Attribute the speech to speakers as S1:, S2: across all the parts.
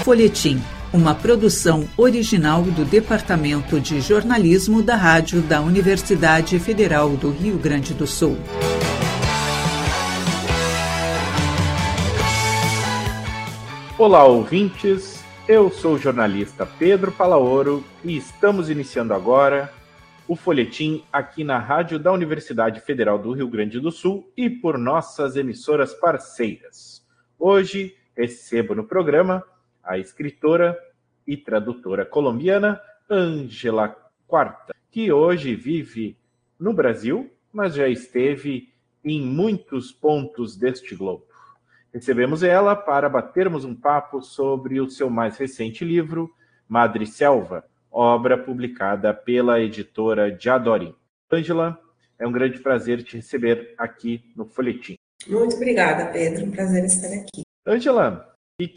S1: Folhetim, uma produção original do Departamento de Jornalismo da Rádio da Universidade Federal do Rio Grande do Sul.
S2: Olá, ouvintes. Eu sou o jornalista Pedro Palaoro e estamos iniciando agora o Folhetim aqui na Rádio da Universidade Federal do Rio Grande do Sul e por nossas emissoras parceiras. Hoje recebo no programa a escritora e tradutora colombiana Ángela Quarta, que hoje vive no Brasil, mas já esteve em muitos pontos deste globo. Recebemos ela para batermos um papo sobre o seu mais recente livro, Madre Selva, obra publicada pela editora Diadorim. Ângela, é um grande prazer te receber aqui no Folhetim.
S3: Muito obrigada, Pedro. Um prazer estar aqui.
S2: Ângela,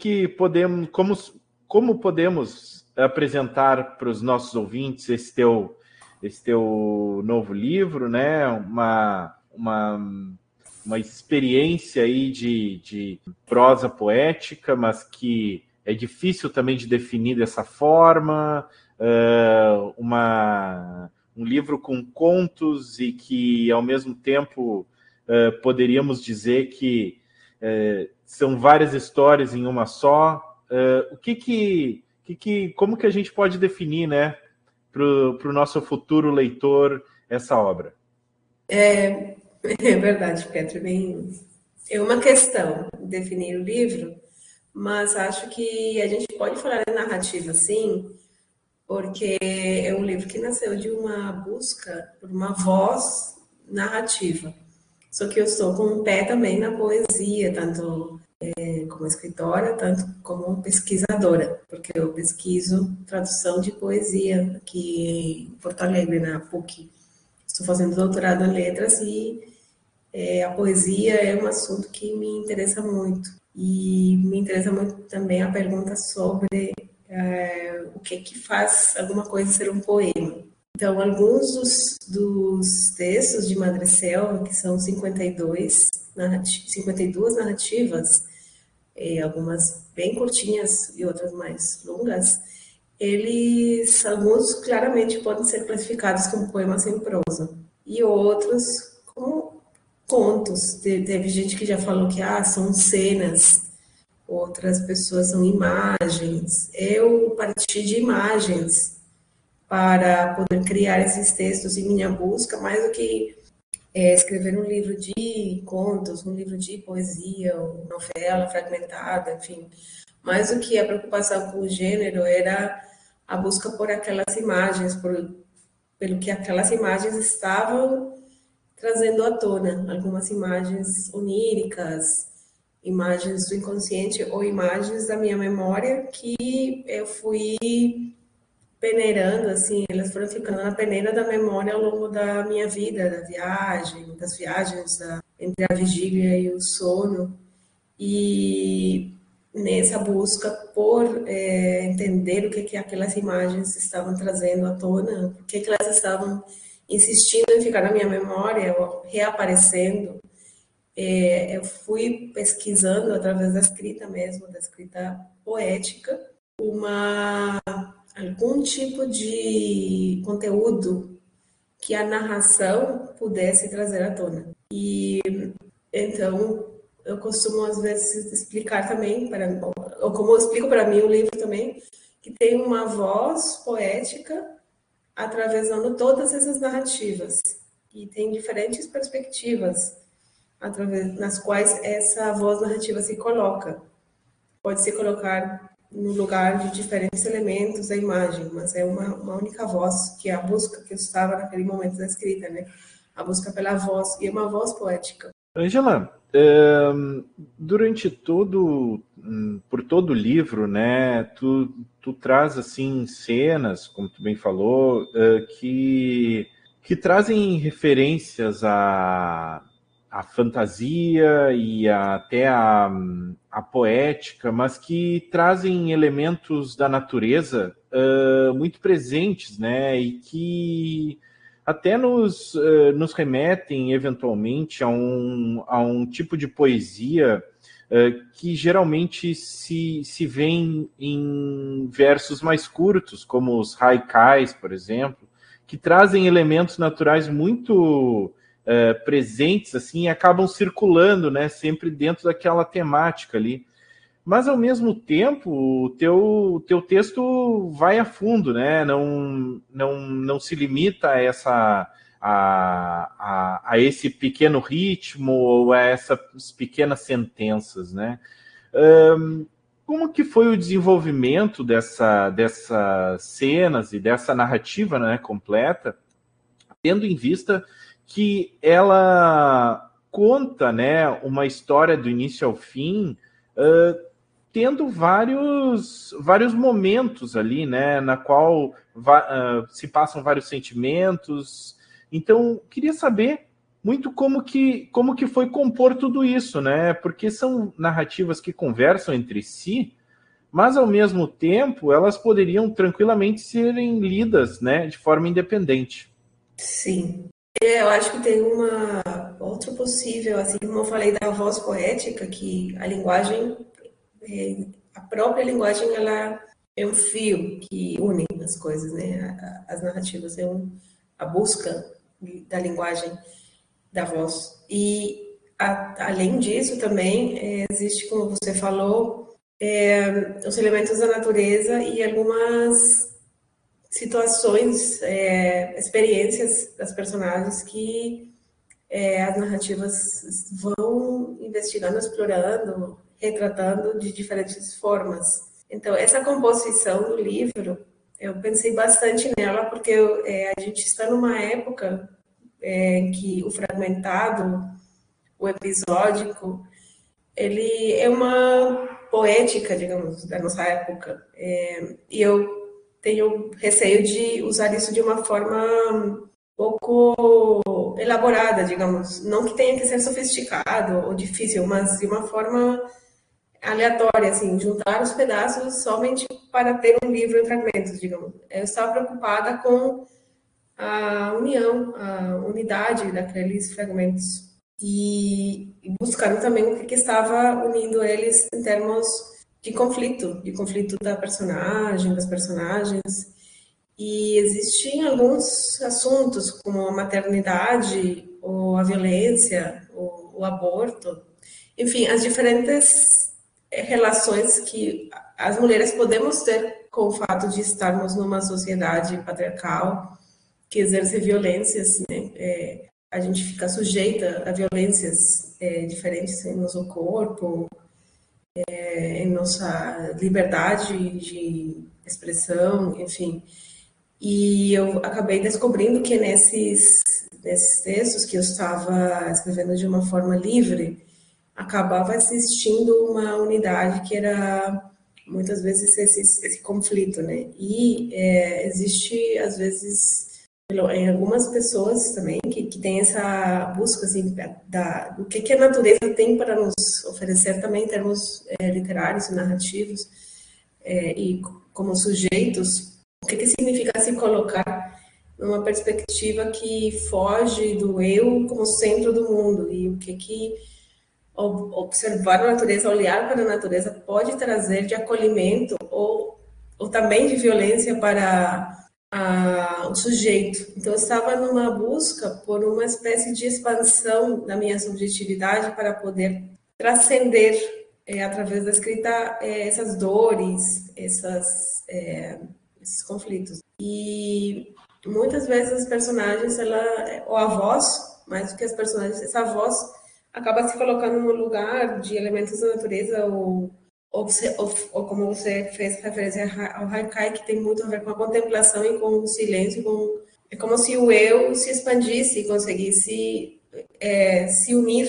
S2: como podemos apresentar para os nossos ouvintes esse teu novo livro, né? Uma experiência aí de prosa poética, mas que é difícil também de definir dessa forma, um livro com contos e que, ao mesmo tempo, poderíamos dizer que são várias histórias em uma só. Como que a gente pode definir, né, para o nosso futuro leitor essa obra?
S3: É verdade, Pedro. É uma questão definir o livro, mas acho que a gente pode falar em narrativa, sim, porque é um livro que nasceu de uma busca por uma voz narrativa. Só que eu estou com um pé também na poesia, tanto como escritora, tanto como pesquisadora, porque eu pesquiso tradução de poesia aqui em Porto Alegre, na PUC. Estou fazendo doutorado em letras e a poesia é um assunto que me interessa muito. E me interessa muito também a pergunta sobre o que faz alguma coisa ser um poema. Então, alguns dos textos de Madre Selva, que são 52 narrativas, algumas bem curtinhas e outras mais longas, alguns claramente podem ser classificados como poemas em prosa, e outros como contos. Teve gente que já falou que são cenas, outras pessoas são imagens. Eu parti de imagens para poder criar esses textos em minha busca, mais do que escrever um livro de contos, um livro de poesia, uma novela fragmentada, enfim. Mais do que a preocupação com o gênero era a busca por aquelas imagens, pelo que aquelas imagens estavam trazendo à tona. Algumas imagens oníricas, imagens do inconsciente ou imagens da minha memória que eu fui peneirando, assim, elas foram ficando na peneira da memória ao longo da minha vida, das viagens entre a vigília e o sono. E nessa busca por entender o que aquelas imagens estavam trazendo à tona, por que elas estavam insistindo em ficar na minha memória, ou reaparecendo, eu fui pesquisando através da escrita mesmo, da escrita poética, algum tipo de conteúdo que a narração pudesse trazer à tona. E então eu costumo às vezes explicar também, ou como eu explico para mim o livro também, que tem uma voz poética atravessando todas essas narrativas, e tem diferentes perspectivas nas quais essa voz narrativa se coloca. Pode se colocar no lugar de diferentes elementos da imagem, mas é uma única voz, que é a busca que eu estava naquele momento da escrita, né? A busca pela voz, e é uma voz poética.
S2: Ângela, por todo o livro, né, tu traz, assim, cenas, como tu bem falou, que trazem referências à fantasia e até à poética, mas que trazem elementos da natureza muito presentes, né, e que até nos remetem, eventualmente, a um tipo de poesia que geralmente se vê em versos mais curtos, como os haikais, por exemplo, que trazem elementos naturais muito presentes assim, e acabam circulando, né, sempre dentro daquela temática ali. Mas, ao mesmo tempo, o teu texto vai a fundo, né? Não se limita a esse pequeno ritmo ou a essas pequenas sentenças, né? Como que foi o desenvolvimento dessas cenas e dessa narrativa, né, completa, tendo em vista que ela conta, né, uma história do início ao fim, tendo vários momentos ali, né, na qual se passam vários sentimentos. Então, queria saber muito como que foi compor tudo isso, né? Porque são narrativas que conversam entre si, mas ao mesmo tempo elas poderiam tranquilamente serem lidas, né, de forma independente.
S3: Sim. Eu acho que tem uma outra possível, assim como eu falei da voz poética, que a linguagem, a própria linguagem, ela é um fio que une as coisas, né? As narrativas, a busca da linguagem da voz. E, além disso, também existe, como você falou, os elementos da natureza e algumas situações, experiências das personagens que as narrativas vão investigando, explorando, retratando de diferentes formas. Então, essa composição do livro, eu pensei bastante nela, porque a gente está numa época em que o fragmentado, o episódico, ele é uma poética, digamos, da nossa época. E eu tenho receio de usar isso de uma forma pouco elaborada, digamos. Não que tenha que ser sofisticado ou difícil, mas de uma forma aleatória, assim, juntar os pedaços somente para ter um livro em fragmentos, digamos. Eu estava preocupada com a união, a unidade daqueles fragmentos e buscando também o que estava unindo eles em termos de conflito da personagem, das personagens. E existem alguns assuntos, como a maternidade, ou a violência, ou o aborto, enfim, as diferentes relações que as mulheres podemos ter com o fato de estarmos numa sociedade patriarcal que exerce violências, né? A gente fica sujeita a violências diferentes em nosso corpo, em nossa liberdade de expressão, enfim. E eu acabei descobrindo que nesses textos que eu estava escrevendo de uma forma livre, acabava existindo uma unidade que era muitas vezes esse conflito, né? E existe, às vezes, em algumas pessoas também, que tem essa busca, assim, do que a natureza tem para nos oferecer também em termos literários e narrativos, e como sujeitos, o que significa se colocar numa perspectiva que foge do eu como centro do mundo, e o que observar a natureza, olhar para a natureza pode trazer de acolhimento ou também de violência para o sujeito. Então, eu estava numa busca por uma espécie de expansão da minha subjetividade para poder transcender, através da escrita, essas dores, esses conflitos. E muitas vezes as personagens, ou a voz, mais do que as personagens, essa voz acaba se colocando no lugar de elementos da natureza, ou como você fez referência ao haikai, que tem muito a ver com a contemplação e com o silêncio, é como se o eu se expandisse e conseguisse se unir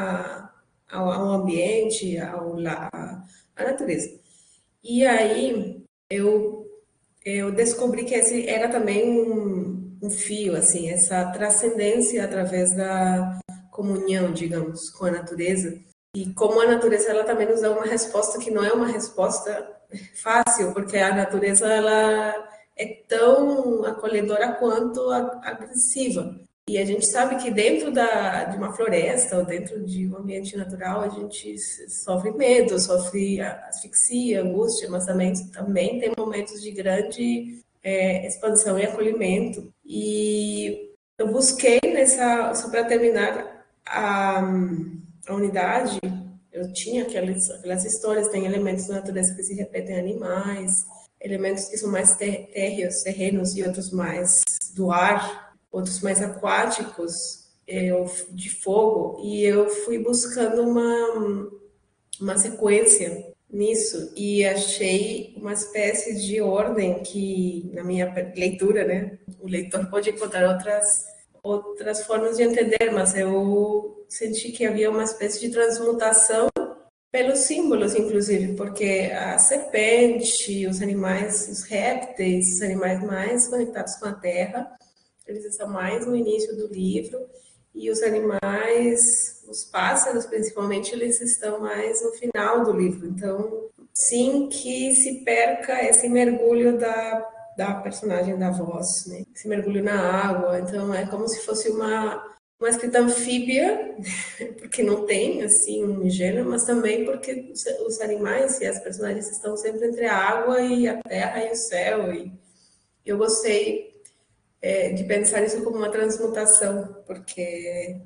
S3: ao ambiente, à natureza. E aí eu descobri que esse era também um fio, assim, essa transcendência através da comunhão, digamos, com a natureza. E como a natureza, ela também nos dá uma resposta que não é uma resposta fácil, porque a natureza, ela é tão acolhedora quanto agressiva. E a gente sabe que dentro de uma floresta ou dentro de um ambiente natural, a gente sofre medo, sofre asfixia, angústia, mas também tem momentos de grande expansão e acolhimento. E eu busquei só para terminar a unidade, eu tinha aquelas histórias, tem elementos da natureza que se repetem em animais, elementos que são mais térreos, terrenos, e outros mais do ar, outros mais aquáticos, de fogo, e eu fui buscando uma sequência nisso, e achei uma espécie de ordem que, na minha leitura, né, o leitor pode encontrar outras formas de entender, mas eu senti que havia uma espécie de transmutação pelos símbolos, inclusive, porque a serpente, os animais, os répteis, os animais mais conectados com a terra, eles estão mais no início do livro, e os animais, os pássaros principalmente, eles estão mais no final do livro. Então, sim que se perca esse mergulho da personagem da voz, né? Esse mergulho na água. Então, é como se fosse uma escrita anfíbia, porque não tem, assim, um gênero, mas também porque os animais e as personagens estão sempre entre a água e a terra e o céu. E eu gostei de pensar isso como uma transmutação, porque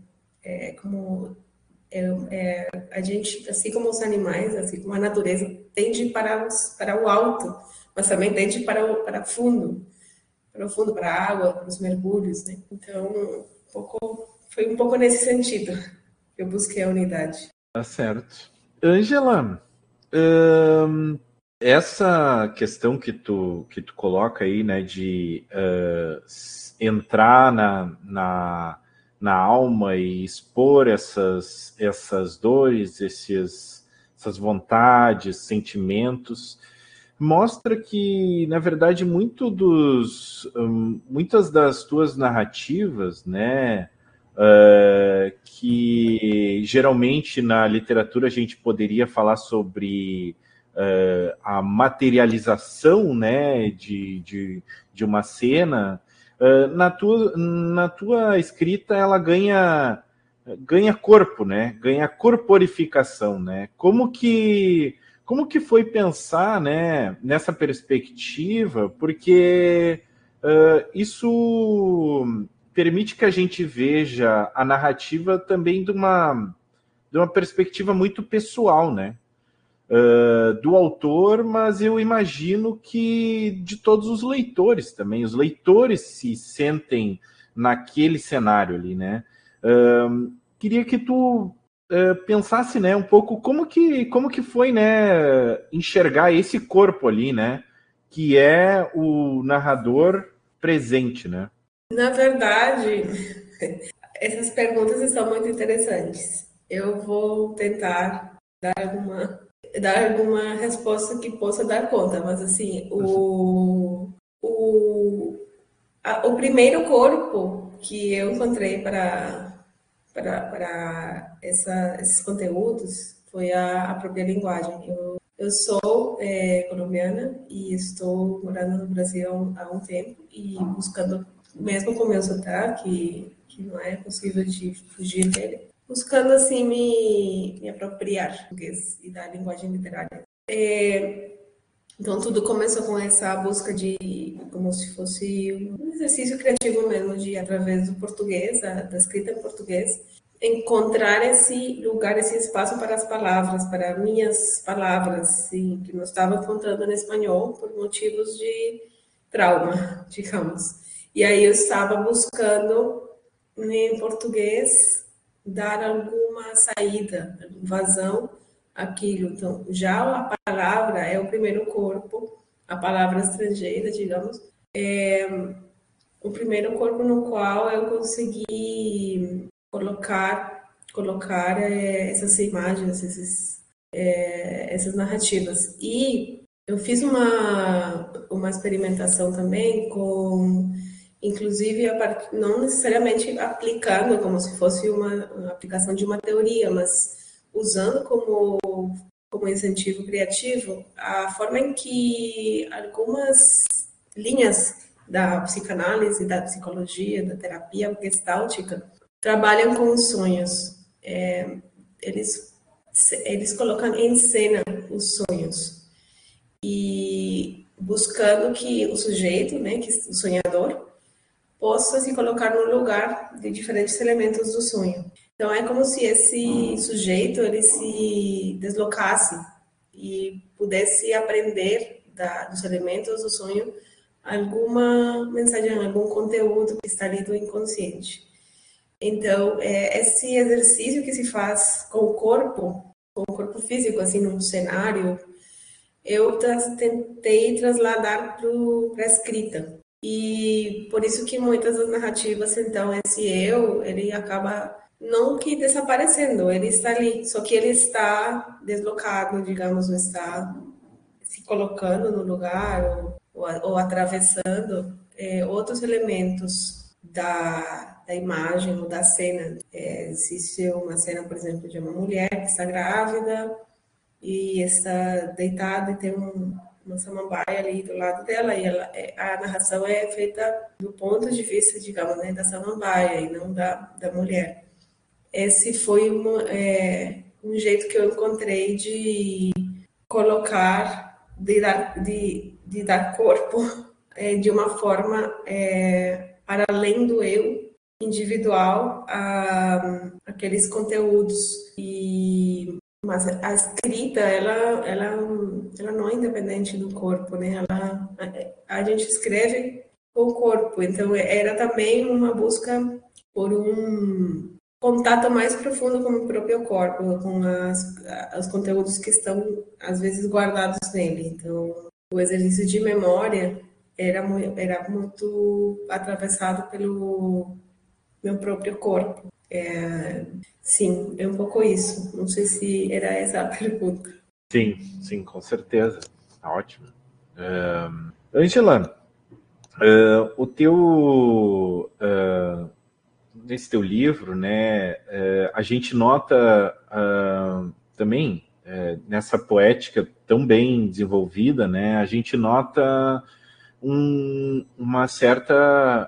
S3: a gente, assim como os animais, assim como a natureza, tende para o alto, mas também tende para o fundo, para a água, para os mergulhos, né? Então, foi um pouco nesse sentido que eu busquei a unidade.
S2: Tá certo. Ângela, essa questão que tu coloca aí, né, de entrar na alma e expor essas dores, essas vontades, sentimentos, mostra que, na verdade, muitas das tuas narrativas, né, que geralmente na literatura a gente poderia falar sobre a materialização, né, de uma cena, na tua escrita ela ganha corpo, né, ganha corporificação, né? Como que foi pensar, né, nessa perspectiva? Porque isso permite que a gente veja a narrativa também de uma perspectiva muito pessoal, né? Do autor, mas eu imagino que de todos os leitores também. Os leitores se sentem naquele cenário ali, né? Queria que tu pensasse, né, um pouco como que foi, né, enxergar esse corpo ali, né, que é o narrador presente, né?
S3: Na verdade, essas perguntas são muito interessantes. Eu vou tentar dar alguma resposta que possa dar conta, mas assim, o primeiro corpo que eu encontrei para esses conteúdos foi a própria linguagem. Eu sou colombiana e estou morando no Brasil há um tempo e buscando, mesmo com o meu sotaque, que não é possível de fugir dele, buscando assim me apropriar do português e da linguagem literária. Então tudo começou com essa busca como se fosse um exercício criativo mesmo, de através do português, da escrita em português, encontrar esse lugar, esse espaço para as palavras, para minhas palavras, sim, que não estava encontrando no espanhol por motivos de trauma, digamos. E aí eu estava buscando em português dar alguma saída, vazão àquilo. Então, já a palavra é o primeiro corpo, a palavra estrangeira, digamos, é o primeiro corpo no qual eu consegui colocar essas imagens, essas narrativas. E eu fiz uma experimentação também inclusive, não necessariamente aplicando como se fosse uma aplicação de uma teoria, mas usando como incentivo criativo a forma em que algumas linhas da psicanálise, da psicologia, da terapia gestáltica, trabalham com os sonhos. Eles colocam em cena os sonhos e buscando que o sujeito, né, que o sonhador, possa se colocar no lugar de diferentes elementos do sonho. Então, é como se esse sujeito ele se deslocasse e pudesse aprender dos elementos do sonho alguma mensagem, algum conteúdo que está ali do inconsciente. Então, esse exercício que se faz com o corpo físico, assim, num cenário, eu tentei trasladar para a escrita. E por isso que muitas das narrativas, então, esse eu, ele acaba não que desaparecendo, ele está ali, só que ele está deslocado, digamos, ou está se colocando no lugar ou atravessando outros elementos da imagem ou da cena. Existe uma cena, por exemplo, de uma mulher que está grávida e está deitada e tem uma samambaia ali do lado dela, e a narração é feita do ponto de vista, digamos, né, da samambaia e não da mulher. Esse foi um jeito que eu encontrei de colocar, de dar corpo de uma forma para além do eu individual a aqueles conteúdos. Mas a escrita, ela não é independente do corpo, né? A gente escreve com o corpo, então era também uma busca por um contato mais profundo com o próprio corpo, com os conteúdos que estão, às vezes, guardados nele. Então, o exercício de memória era muito atravessado pelo meu próprio corpo. Sim, é um pouco isso. Não sei se era essa a pergunta.
S2: Sim, com certeza. Tá ótimo. Angela, o teu... nesse teu livro, né, a gente nota também, nessa poética tão bem desenvolvida, né, a gente nota uma certa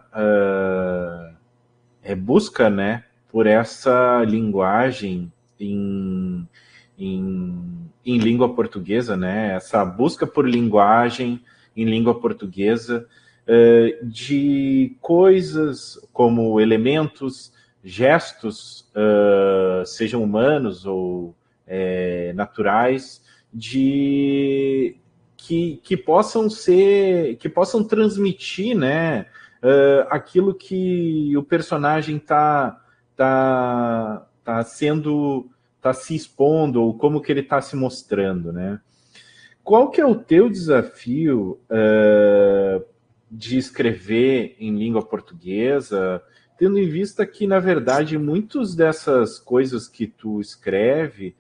S2: busca, né, por essa linguagem em língua portuguesa, né, essa busca por linguagem em língua portuguesa, de coisas como elementos, gestos, sejam humanos ou naturais, que possam transmitir, né, aquilo que o personagem está se expondo, ou como que ele está se mostrando, né? Qual que é o teu desafio de escrever em língua portuguesa, tendo em vista que, na verdade, muitas dessas coisas que tu escreve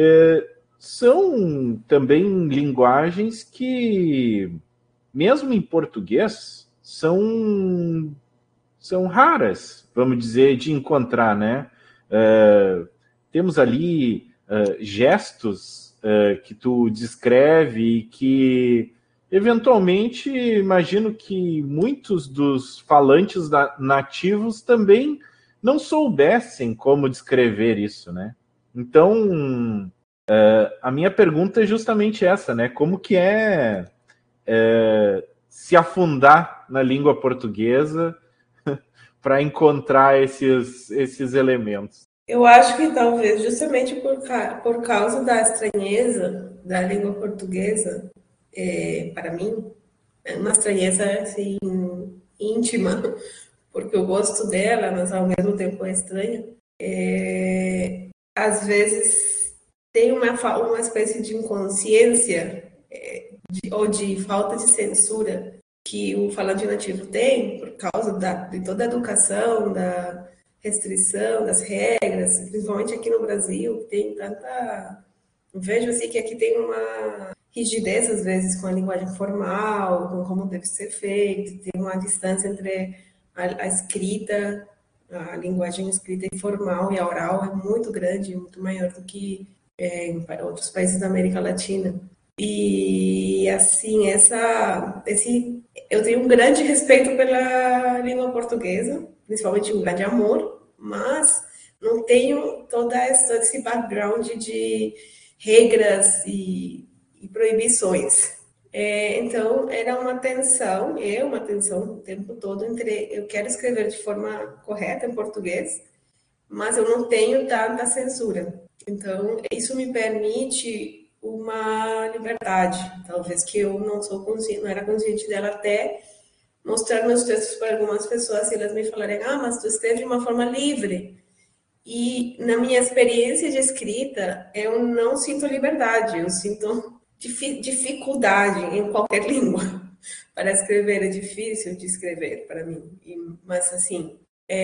S2: são também linguagens que, mesmo em português, são raras, vamos dizer, de encontrar, né? Temos ali gestos que tu descreve e que, eventualmente, imagino que muitos dos falantes nativos também não soubessem como descrever isso, né? Então, a minha pergunta é justamente essa, né? Como que se afundar na língua portuguesa para encontrar esses elementos?
S3: Eu acho que talvez justamente por causa da estranheza da língua portuguesa, para mim, é uma estranheza assim, íntima, porque eu gosto dela, mas ao mesmo tempo é estranha. Às vezes tem uma espécie de inconsciência ou de falta de censura que o falante nativo tem por causa de toda a educação, da restrição, das regras, principalmente aqui no Brasil, tem tanta... Eu vejo assim que aqui tem uma rigidez, às vezes, com a linguagem formal, com como deve ser feito, tem uma distância entre a escrita, a linguagem escrita e formal e a oral é muito grande, muito maior do que em outros países da América Latina. E assim, eu tenho um grande respeito pela língua portuguesa, principalmente um grande amor, mas não tenho todo esse background de regras e proibições. Então, era uma tensão o tempo todo entre eu quero escrever de forma correta em português, mas eu não tenho tanta censura. Então, isso me permite uma liberdade, talvez que eu não era consciente dela até mostrar meus textos para algumas pessoas e elas me falarem, mas tu escreve de uma forma livre. E na minha experiência de escrita, eu não sinto liberdade, eu sinto dificuldade em qualquer língua. Para escrever é difícil de escrever para mim, mas assim,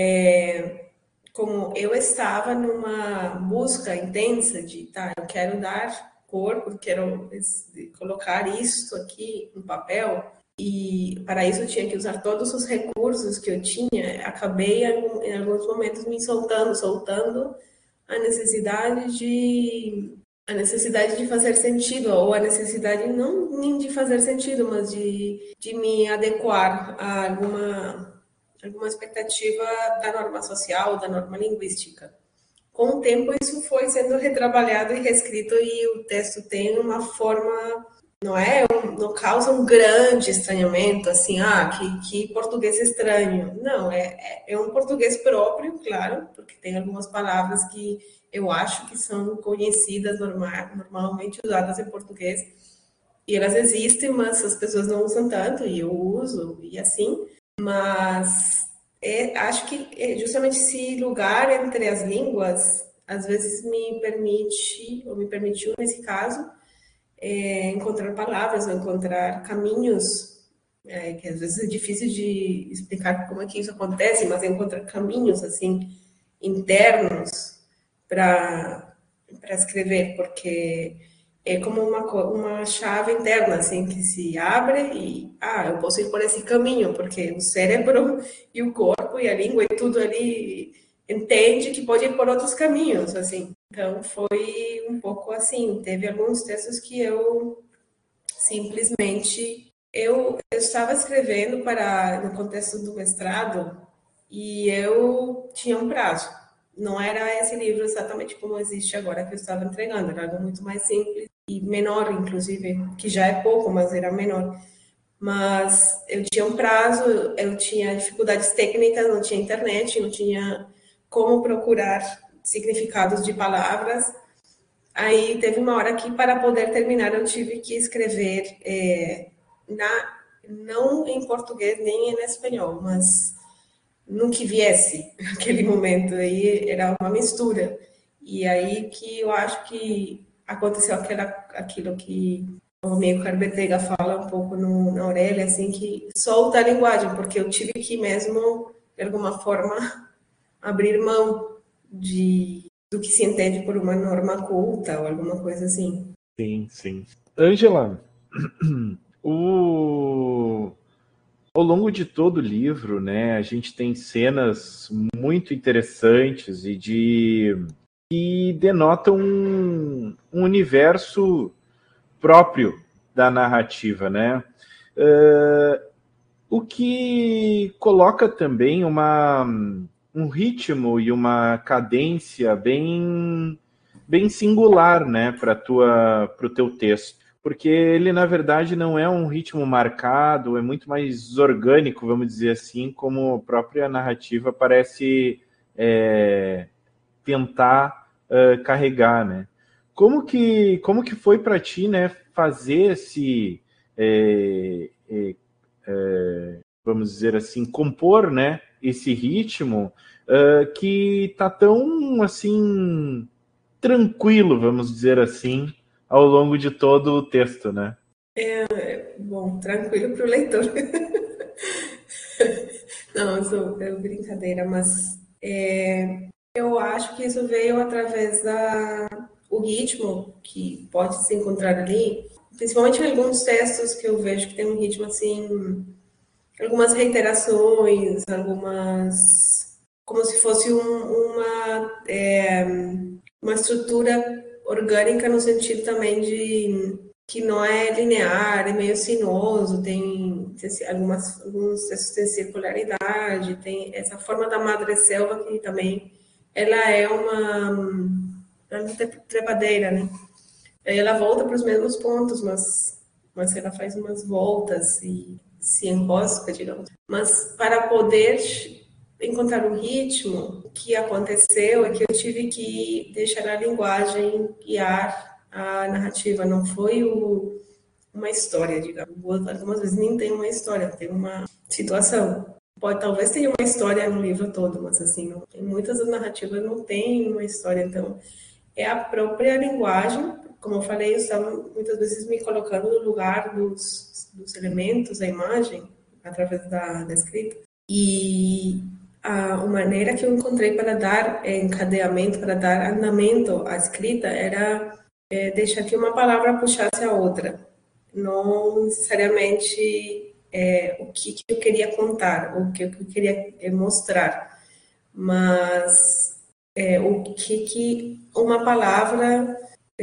S3: como eu estava numa busca intensa de, eu quero dar corpo, quero colocar isso aqui no papel, e para isso eu tinha que usar todos os recursos que eu tinha, acabei em alguns momentos me soltando a a necessidade de fazer sentido, ou a necessidade não nem de fazer sentido, mas de me adequar a alguma expectativa da norma social, da norma linguística. Com o tempo, isso foi sendo retrabalhado e reescrito, e o texto tem uma forma, não causa um grande estranhamento, assim, que português estranho. Não, é um português próprio, claro, porque tem algumas palavras que eu acho que são conhecidas, normalmente usadas em português, e elas existem, mas as pessoas não usam tanto, e eu uso, e assim. Mas acho que justamente esse lugar entre as línguas, às vezes me permite, ou me permitiu nesse caso, encontrar palavras, ou encontrar caminhos, que às vezes é difícil de explicar como é que isso acontece, mas encontrar caminhos, assim, internos para escrever, porque é como uma chave interna, assim, que se abre e, eu posso ir por esse caminho, porque o cérebro e o corpo e a língua e tudo ali entende que pode ir por outros caminhos, assim. Então, foi um pouco assim. Teve alguns textos que eu simplesmente... Eu estava escrevendo no contexto do mestrado e eu tinha um prazo. Não era esse livro exatamente como existe agora que eu estava entregando, era algo muito mais simples e menor, inclusive, que já é pouco, mas era menor. Mas eu tinha um prazo, eu tinha dificuldades técnicas, não tinha internet, não tinha como procurar significados de palavras. Aí teve uma hora que, para poder terminar, eu tive que escrever não em português nem em espanhol, mas no que viesse naquele momento. Aí era uma mistura. E aí que eu acho que aconteceu aquilo que o amigo Betega fala um pouco na orelha, assim, que solta a linguagem, porque eu tive que mesmo, de alguma forma, abrir mão do que se entende por uma norma culta ou alguma coisa assim.
S2: Sim, sim. Ângela, ao longo de todo o livro, né, a gente tem cenas muito interessantes que denotam um universo próprio da narrativa, né? O que coloca também um ritmo e uma cadência bem singular, né, para o teu texto, porque ele na verdade não é um ritmo marcado, é muito mais orgânico, vamos dizer assim, como a própria narrativa parece tentar carregar, né? Como que foi para ti, né, fazer esse vamos dizer assim, compor, né, esse ritmo que tá tão assim tranquilo, vamos dizer assim, ao longo de todo o texto, né?
S3: Bom, tranquilo para o leitor. Não, isso é brincadeira, mas eu acho que isso veio através o ritmo que pode se encontrar ali, principalmente em alguns textos que eu vejo que tem um ritmo assim, algumas reiterações, como se fosse uma estrutura orgânica no sentido também que não é linear, é meio sinuoso, tem alguns textos têm circularidade, tem essa forma da madresselva que também ela é uma trepadeira, né? Aí ela volta para os mesmos pontos, mas ela faz umas voltas e se enrosca, digamos. Mas para poder encontrar um ritmo, o que aconteceu é que eu tive que deixar a linguagem guiar a narrativa, não foi uma história, digamos. Algumas vezes nem tem uma história, tem uma situação. Talvez tenha uma história no livro todo, mas assim, não tem, muitas das narrativas não tem uma história, então é a própria linguagem. Como eu falei, eu estava muitas vezes me colocando no lugar dos elementos da imagem, através da escrita, e a maneira que eu encontrei para dar encadeamento, para dar andamento à escrita, era deixar que uma palavra puxasse a outra, não necessariamente o que eu queria contar, o que eu queria mostrar, mas o que uma palavra,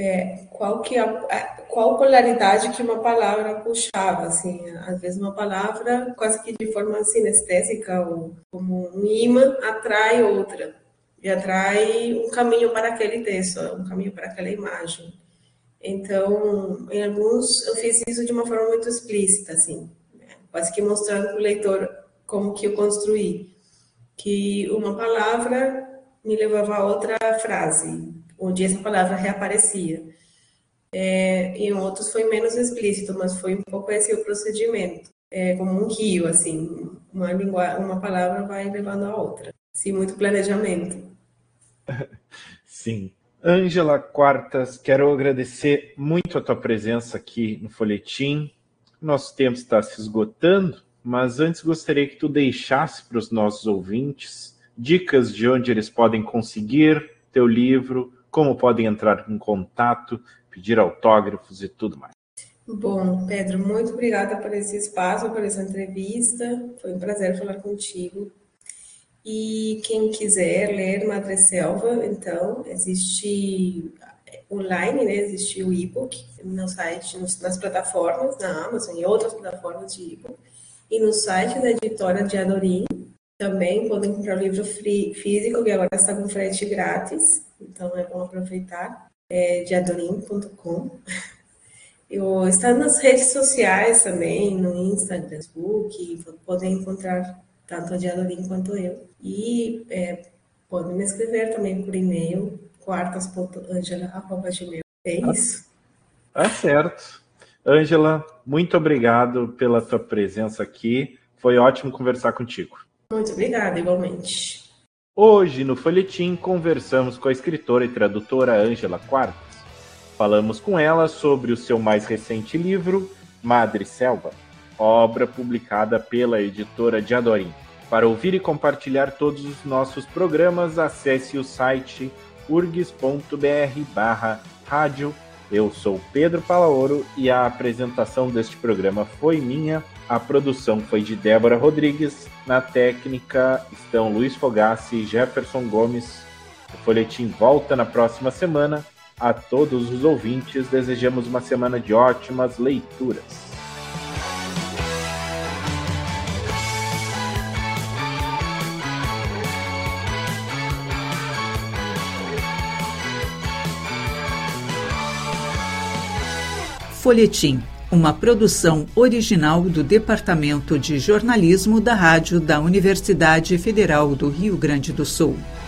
S3: qual polaridade que uma palavra puxava, assim, às vezes uma palavra quase que de forma sinestésica, ou como um imã, atrai outra, e atrai um caminho para aquele texto, um caminho para aquela imagem. Então, em alguns, eu fiz isso de uma forma muito explícita, assim, quase que mostrando para o leitor como que eu construí, que uma palavra me levava a outra frase, onde essa palavra reaparecia. Em outros foi menos explícito, mas foi um pouco esse o procedimento. Como um rio, assim, uma palavra vai levando a outra. Sim, muito planejamento.
S2: Sim. Ângela Quartas, quero agradecer muito a tua presença aqui no Folhetim. Nosso tempo está se esgotando, mas antes gostaria que tu deixasse para os nossos ouvintes dicas de onde eles podem conseguir teu livro, como podem entrar em contato, pedir autógrafos e tudo mais.
S3: Bom, Pedro, muito obrigada por esse espaço, por essa entrevista. Foi um prazer falar contigo. E quem quiser ler Madresselva, então, existe online, né? Existe o e-book no site, nas plataformas, na Amazon e outras plataformas de e-book. E no site da editora de Adorim, também podem comprar o livro físico, que agora está com frete grátis, então é bom aproveitar, de adorim.com. Eu estou nas redes sociais também, no Instagram, Facebook, podem encontrar tanto a de Adorim quanto eu. E podem me escrever também por e-mail, quartas.angela@gmail. É isso.
S2: Tá certo. Ângela, muito obrigado pela tua presença aqui. Foi ótimo conversar contigo.
S3: Muito obrigada, igualmente.
S2: Hoje, no Folhetim, conversamos com a escritora e tradutora Ângela Quartas. Falamos com ela sobre o seu mais recente livro, Madresselva, obra publicada pela editora de Adorim. Para ouvir e compartilhar todos os nossos programas, acesse o site urgs.br/rádio. Eu sou Pedro Palaoro e a apresentação deste programa foi minha. A produção foi de Débora Rodrigues. Na técnica estão Luiz Fogassi e Jefferson Gomes. O Folhetim volta na próxima semana. A todos os ouvintes, desejamos uma semana de ótimas leituras.
S1: Folhetim, uma produção original do Departamento de Jornalismo da Rádio da Universidade Federal do Rio Grande do Sul.